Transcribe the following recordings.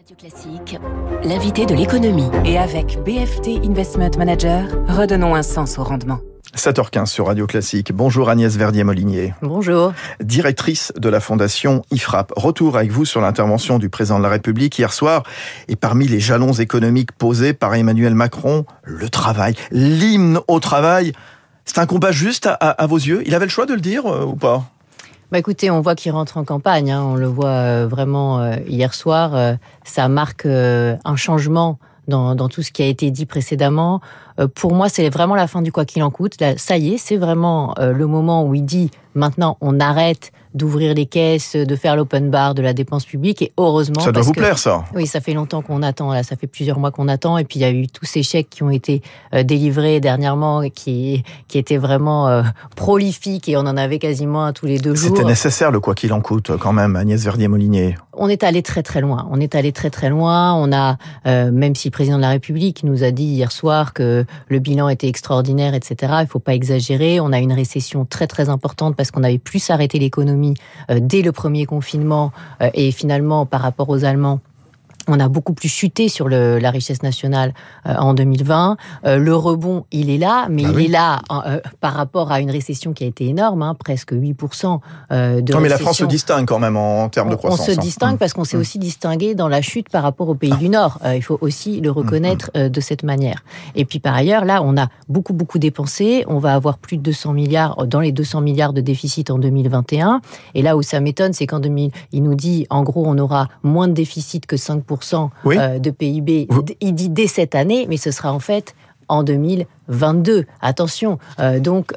Radio Classique, l'invité de l'économie. Et avec BFT Investment Manager, redonnons un sens au rendement. 7h15 sur Radio Classique. Bonjour Agnès Verdier-Molinier. Bonjour. Directrice de la Fondation IFRAP. Retour avec vous sur l'intervention du président de la République hier soir. Et parmi les jalons économiques posés par Emmanuel Macron, le travail, l'hymne au travail. C'est un combat juste à vos yeux. Il avait le choix de le dire ou pas ? Écoutez, on voit qu'il rentre en campagne. On le voit vraiment hier soir. Ça marque un changement dans tout ce qui a été dit précédemment. Pour moi, c'est vraiment la fin du quoi qu'il en coûte. Là, ça y est, c'est vraiment le moment où il dit maintenant on arrête d'ouvrir les caisses, de faire l'open bar de la dépense publique, et heureusement... Ça doit vous plaire, ça ? Oui, ça fait longtemps qu'on attend, là, ça fait plusieurs mois qu'on attend, et puis il y a eu tous ces chèques qui ont été délivrés dernièrement, qui étaient vraiment prolifiques, et on en avait quasiment un tous les 2 jours. C'était nécessaire, le quoi qu'il en coûte, quand même, Agnès Verdier-Molinier. On est allé très très loin, on a, même si le président de la République nous a dit hier soir que le bilan était extraordinaire, etc., il ne faut pas exagérer, on a une récession très très importante parce qu'on avait plus arrêté l'économie dès le premier confinement, et finalement par rapport aux Allemands, on a beaucoup plus chuté sur la richesse nationale en 2020. Le rebond, il est là, mais est là par rapport à une récession qui a été énorme, presque 8% de récession. Non, mais la France se distingue quand même en termes de croissance. On se distingue parce qu'on s'est aussi distingué dans la chute par rapport aux pays du Nord. Il faut aussi le reconnaître de cette manière. Et puis par ailleurs, là, on a beaucoup dépensé. On va avoir plus de 200 milliards, dans les 200 milliards de déficit en 2021. Et là où ça m'étonne, c'est qu'en 2000, il nous dit, en gros, on aura moins de déficit que 5%. De PIB, il dit dès cette année, mais ce sera en fait en 2022. Attention. Donc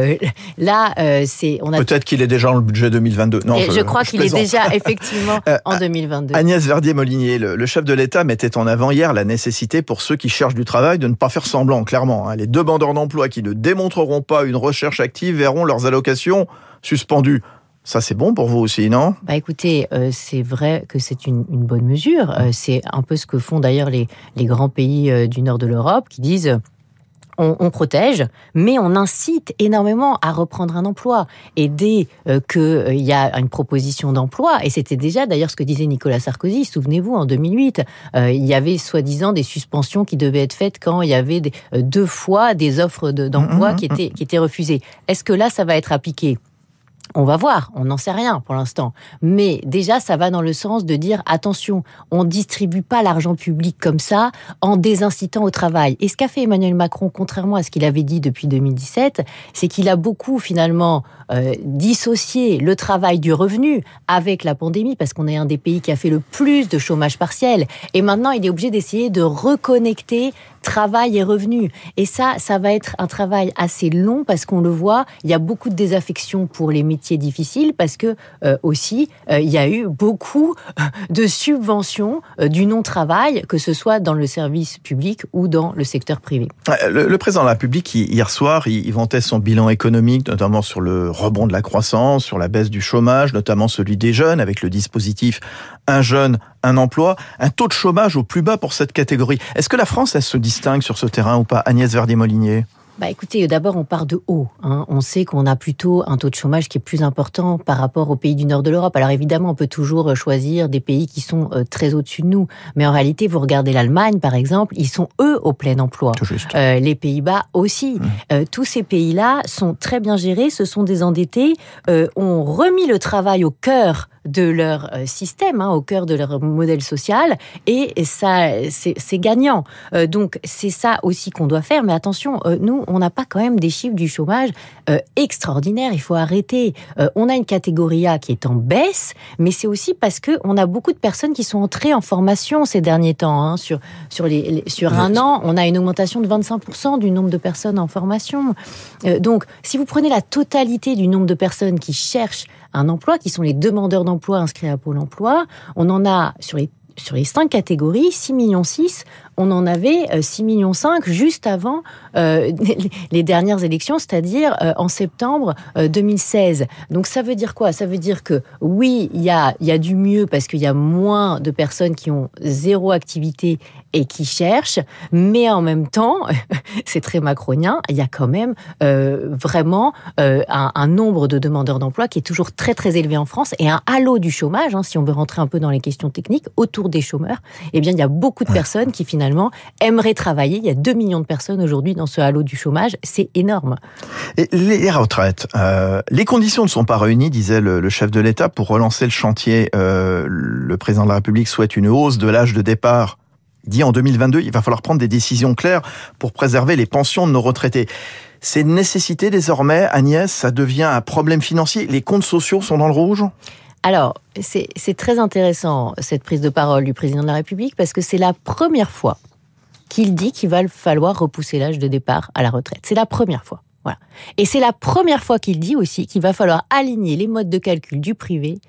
là, on a peut-être qu'il est déjà dans le budget 2022. Non, je crois qu'il est déjà effectivement en 2022. Agnès Verdier-Molinier, le chef de l'État mettait en avant hier la nécessité pour ceux qui cherchent du travail de ne pas faire semblant, clairement. Les demandeurs d'emploi qui ne démontreront pas une recherche active verront leurs allocations suspendues. Ça, c'est bon pour vous aussi, non ? Écoutez, c'est vrai que c'est une bonne mesure. C'est un peu ce que font d'ailleurs les grands pays du nord de l'Europe qui disent... On protège, mais on incite énormément à reprendre un emploi. Et dès qu'il y a une proposition d'emploi, et c'était déjà d'ailleurs ce que disait Nicolas Sarkozy, souvenez-vous, en 2008, il y avait soi-disant des suspensions qui devaient être faites quand il y avait 2 fois des offres d'emploi qui étaient refusées. Est-ce que là, ça va être appliqué ? On va voir, on n'en sait rien pour l'instant. Mais déjà, ça va dans le sens de dire, attention, on ne distribue pas l'argent public comme ça, en désincitant au travail. Et ce qu'a fait Emmanuel Macron, contrairement à ce qu'il avait dit depuis 2017, c'est qu'il a beaucoup, finalement, dissocié le travail du revenu avec la pandémie, parce qu'on est un des pays qui a fait le plus de chômage partiel. Et maintenant, il est obligé d'essayer de reconnecter travail et revenu. Et ça va être un travail assez long, parce qu'on le voit, il y a beaucoup de désaffection pour les métiers difficiles, parce que aussi, il y a eu beaucoup de subventions du non-travail, que ce soit dans le service public ou dans le secteur privé. Le président de la République, hier soir, il vantait son bilan économique, notamment sur le rebond de la croissance, sur la baisse du chômage, notamment celui des jeunes, avec le dispositif Un jeune, un emploi, un taux de chômage au plus bas pour cette catégorie. Est-ce que la France, elle se distingue sur ce terrain ou pas, Agnès Verdier-Molinier ? Écoutez, d'abord, on part de haut. On sait qu'on a plutôt un taux de chômage qui est plus important par rapport aux pays du nord de l'Europe. Alors évidemment, on peut toujours choisir des pays qui sont très au-dessus de nous. Mais en réalité, vous regardez l'Allemagne, par exemple, ils sont, eux, au plein emploi. Les Pays-Bas aussi. Tous ces pays-là sont très bien gérés, ce sont des endettés, ont remis le travail au cœur de leur système, au cœur de leur modèle social, et ça, c'est gagnant. Donc, c'est ça aussi qu'on doit faire. Mais attention, nous, on n'a pas quand même des chiffres du chômage extraordinaires. Il faut arrêter. On a une catégorie A qui est en baisse, mais c'est aussi parce que on a beaucoup de personnes qui sont entrées en formation ces derniers temps. Sur un an, on a une augmentation de 25% du nombre de personnes en formation. Donc, si vous prenez la totalité du nombre de personnes qui cherchent un emploi, qui sont les demandeurs d'emploi inscrits à Pôle emploi, on en a sur les 5 catégories, 6,6 millions, on en avait 6,5 millions juste avant les dernières élections, c'est-à-dire en septembre 2016. Donc ça veut dire quoi? Ça veut dire que oui, il y a du mieux parce qu'il y a moins de personnes qui ont zéro activité et qui cherchent, mais en même temps, c'est très macronien, il y a quand même vraiment un nombre de demandeurs d'emploi qui est toujours très très élevé en France et un halo du chômage, si on veut rentrer un peu dans les questions techniques, autour des chômeurs, eh bien il y a beaucoup de personnes qui finalement aimeraient travailler. Il y a 2 millions de personnes aujourd'hui dans ce halo du chômage, c'est énorme. Et les retraites, les conditions ne sont pas réunies, disait le chef de l'État, pour relancer le chantier. Le président de la République souhaite une hausse de l'âge de départ. Il dit en 2022, il va falloir prendre des décisions claires pour préserver les pensions de nos retraités. C'est une nécessité désormais, Agnès, ça devient un problème financier. Les comptes sociaux sont dans le rouge ? Alors, c'est très intéressant, cette prise de parole du président de la République, parce que c'est la première fois qu'il dit qu'il va falloir repousser l'âge de départ à la retraite. C'est la première fois. Voilà. Et c'est la première fois qu'il dit aussi qu'il va falloir aligner les modes de calcul des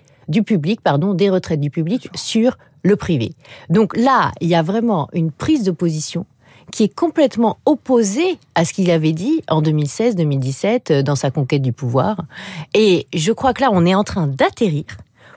retraites du public sur le privé. Donc là, il y a vraiment une prise de position qui est complètement opposée à ce qu'il avait dit en 2016-2017 dans sa conquête du pouvoir. Et je crois que là, on est en train d'atterrir. Pourquoi ?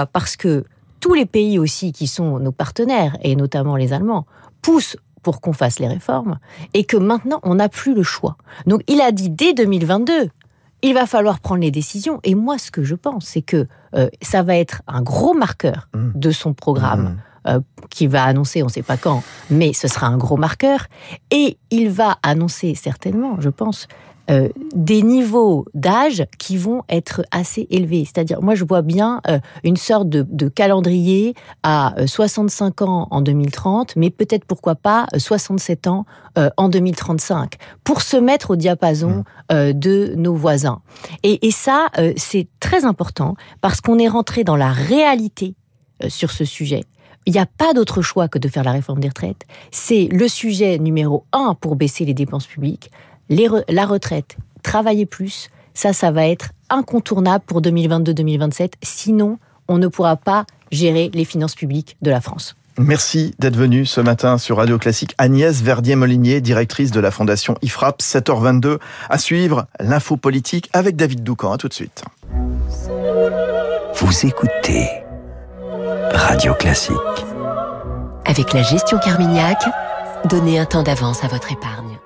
Parce que tous les pays aussi qui sont nos partenaires, et notamment les Allemands, poussent pour qu'on fasse les réformes, et que maintenant, on n'a plus le choix. Donc il a dit dès 2022, il va falloir prendre les décisions. Et moi, ce que je pense, c'est que ça va être un gros marqueur de son programme qu'il va annoncer, on ne sait pas quand, mais ce sera un gros marqueur. Et il va annoncer certainement, je pense, des niveaux d'âge qui vont être assez élevés. C'est-à-dire, moi, je vois bien une sorte de calendrier à 65 ans en 2030, mais peut-être, pourquoi pas, 67 ans en 2035, pour se mettre au diapason de nos voisins. Et ça, c'est très important, parce qu'on est rentré dans la réalité sur ce sujet. Il n'y a pas d'autre choix que de faire la réforme des retraites. C'est le sujet numéro 1 pour baisser les dépenses publiques. La retraite, travailler plus, ça va être incontournable pour 2022-2027. Sinon, on ne pourra pas gérer les finances publiques de la France. Merci d'être venue ce matin sur Radio Classique. Agnès Verdier-Molinier, directrice de la Fondation IFRAP, 7h22. À suivre, l'info politique avec David Doucan. À tout de suite. Vous écoutez Radio Classique. Avec la gestion Carmignac, donnez un temps d'avance à votre épargne.